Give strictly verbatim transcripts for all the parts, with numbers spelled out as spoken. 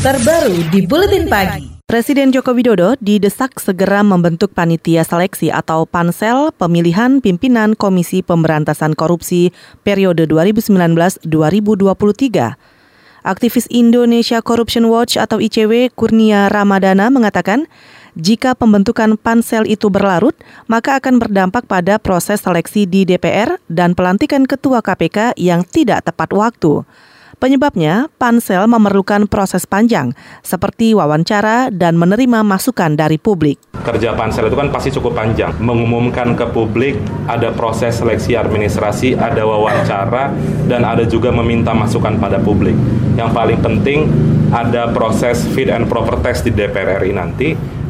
terbaru di Buletin Pagi. Presiden Joko Widodo didesak segera membentuk panitia seleksi atau pansel pemilihan pimpinan Komisi Pemberantasan Korupsi periode dua ribu sembilan belas sampai dua ribu dua puluh tiga. Aktivis Indonesia Corruption Watch atau I C W Kurnia Ramadana mengatakan, jika pembentukan pansel itu berlarut, maka akan berdampak pada proses seleksi di D P R dan pelantikan ketua K P K yang tidak tepat waktu. Penyebabnya, pansel memerlukan proses panjang, seperti wawancara dan menerima masukan dari publik. Kerja pansel itu kan pasti cukup panjang. Mengumumkan ke publik, ada proses seleksi administrasi, ada wawancara, dan ada juga meminta masukan pada publik. Yang paling penting, ada proses fit and proper test di D P R R I nanti,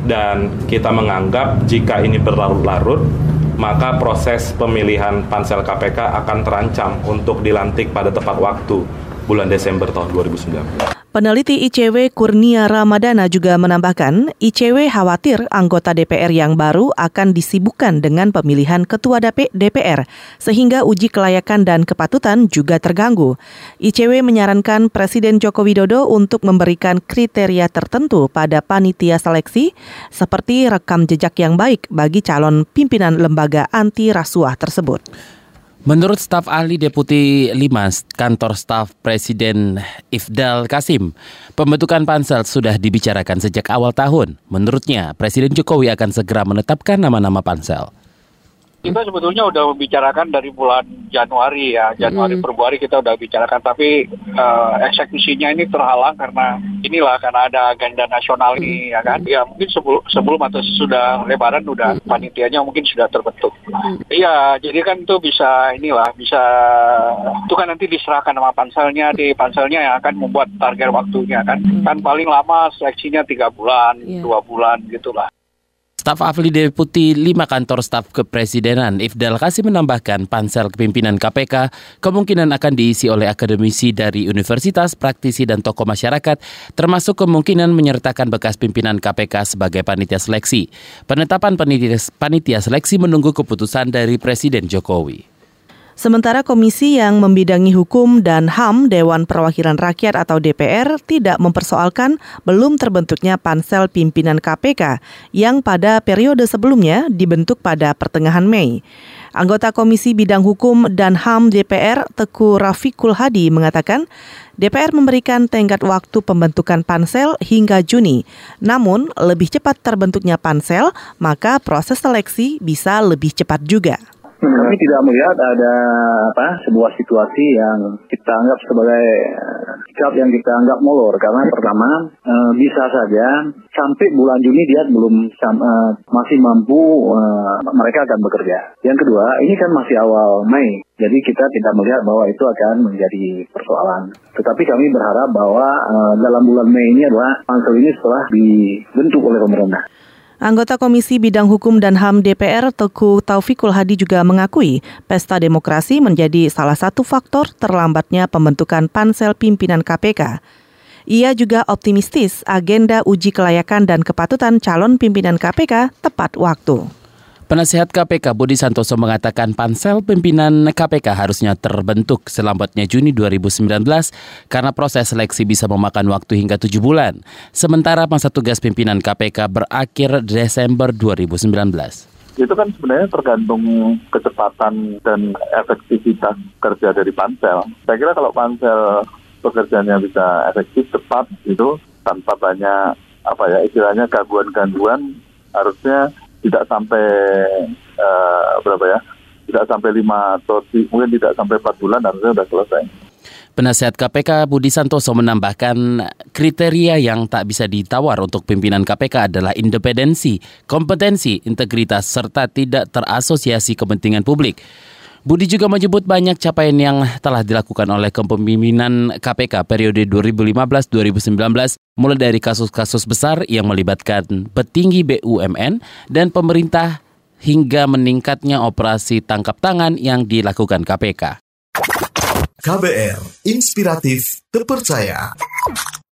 dan kita menganggap jika ini berlarut-larut, maka proses pemilihan pansel K P K akan terancam untuk dilantik pada tepat waktu bulan Desember tahun dua ribu sembilan belas. Peneliti I C W Kurnia Ramadana juga menambahkan, I C W khawatir anggota D P R yang baru akan disibukkan dengan pemilihan ketua D P R, sehingga uji kelayakan dan kepatutan juga terganggu. I C W menyarankan Presiden Joko Widodo untuk memberikan kriteria tertentu pada panitia seleksi, seperti rekam jejak yang baik bagi calon pimpinan lembaga anti rasuah tersebut. Menurut staf ahli Deputi lima Kantor Staf Presiden Ifdal Kasim, pembentukan pansel sudah dibicarakan sejak awal tahun. Menurutnya, Presiden Jokowi akan segera menetapkan nama-nama pansel. Kita sebetulnya udah membicarakan dari bulan Januari ya, Januari, mm. Februari kita udah bicarakan, tapi uh, eksekusinya ini terhalang karena inilah, karena ada agenda nasional ini, ya kan. Ya mungkin sebelum, sebelum atau sesudah Lebaran udah panitianya mungkin sudah terbentuk. Iya, mm. jadi kan itu bisa inilah, bisa itu kan nanti diserahkan sama panselnya, di panselnya yang akan membuat target waktunya kan. Mm. Kan paling lama seleksinya tiga bulan, yeah. dua bulan gitulah. Staf ahli Deputi lima Kantor Staf Kepresidenan Ifdal Kasim menambahkan pansel kepimpinan K P K kemungkinan akan diisi oleh akademisi dari universitas, praktisi dan tokoh masyarakat, termasuk kemungkinan menyertakan bekas pimpinan K P K sebagai panitia seleksi. Penetapan panitia, panitia seleksi menunggu keputusan dari Presiden Jokowi. Sementara komisi yang membidangi hukum dan H A M Dewan Perwakilan Rakyat atau D P R tidak mempersoalkan belum terbentuknya pansel pimpinan K P K yang pada periode sebelumnya dibentuk pada pertengahan Mei. Anggota Komisi Bidang Hukum dan H A M D P R Teguh Rafiqul Hadi mengatakan D P R memberikan tenggat waktu pembentukan pansel hingga Juni. Namun lebih cepat terbentuknya pansel, maka proses seleksi bisa lebih cepat juga. Kami tidak melihat ada apa sebuah situasi yang kita anggap sebagai sikap yang kita anggap molor, karena pertama e, bisa saja sampai bulan Juni dia belum e, masih mampu e, mereka akan bekerja. Yang kedua, ini kan masih awal Mei, jadi kita tidak melihat bahwa itu akan menjadi persoalan. Tetapi kami berharap bahwa e, dalam bulan Mei ini adalah pansel ini setelah dibentuk oleh pemerintah. Anggota Komisi Bidang Hukum dan H A M D P R Teguh Taufikul Hadi juga mengakui pesta demokrasi menjadi salah satu faktor terlambatnya pembentukan pansel pimpinan K P K. Ia juga optimistis agenda uji kelayakan dan kepatutan calon pimpinan K P K tepat waktu. Penasihat K P K Budi Santoso mengatakan pansel pimpinan K P K harusnya terbentuk selambatnya Juni dua ribu sembilan belas karena proses seleksi bisa memakan waktu hingga tujuh bulan. Sementara masa tugas pimpinan K P K berakhir Desember dua ribu sembilan belas. Itu kan sebenarnya tergantung kecepatan dan efektivitas kerja dari pansel. Saya kira kalau pansel pekerjaannya bisa efektif, cepat, itu tanpa banyak apa ya istilahnya gangguan-gangguan, harusnya tidak sampai uh, berapa ya, tidak sampai lima atau mungkin tidak sampai empat bulan harusnya sudah selesai. Penasihat K P K Budi Santoso menambahkan kriteria yang tak bisa ditawar untuk pimpinan K P K adalah independensi, kompetensi, integritas, serta tidak terasosiasi kepentingan publik. Budi juga menyebut banyak capaian yang telah dilakukan oleh kepemimpinan K P K periode dua ribu lima belas sampai dua ribu sembilan belas, mulai dari kasus-kasus besar yang melibatkan petinggi B U M N dan pemerintah hingga meningkatnya operasi tangkap tangan yang dilakukan K P K. K B R, inspiratif, terpercaya.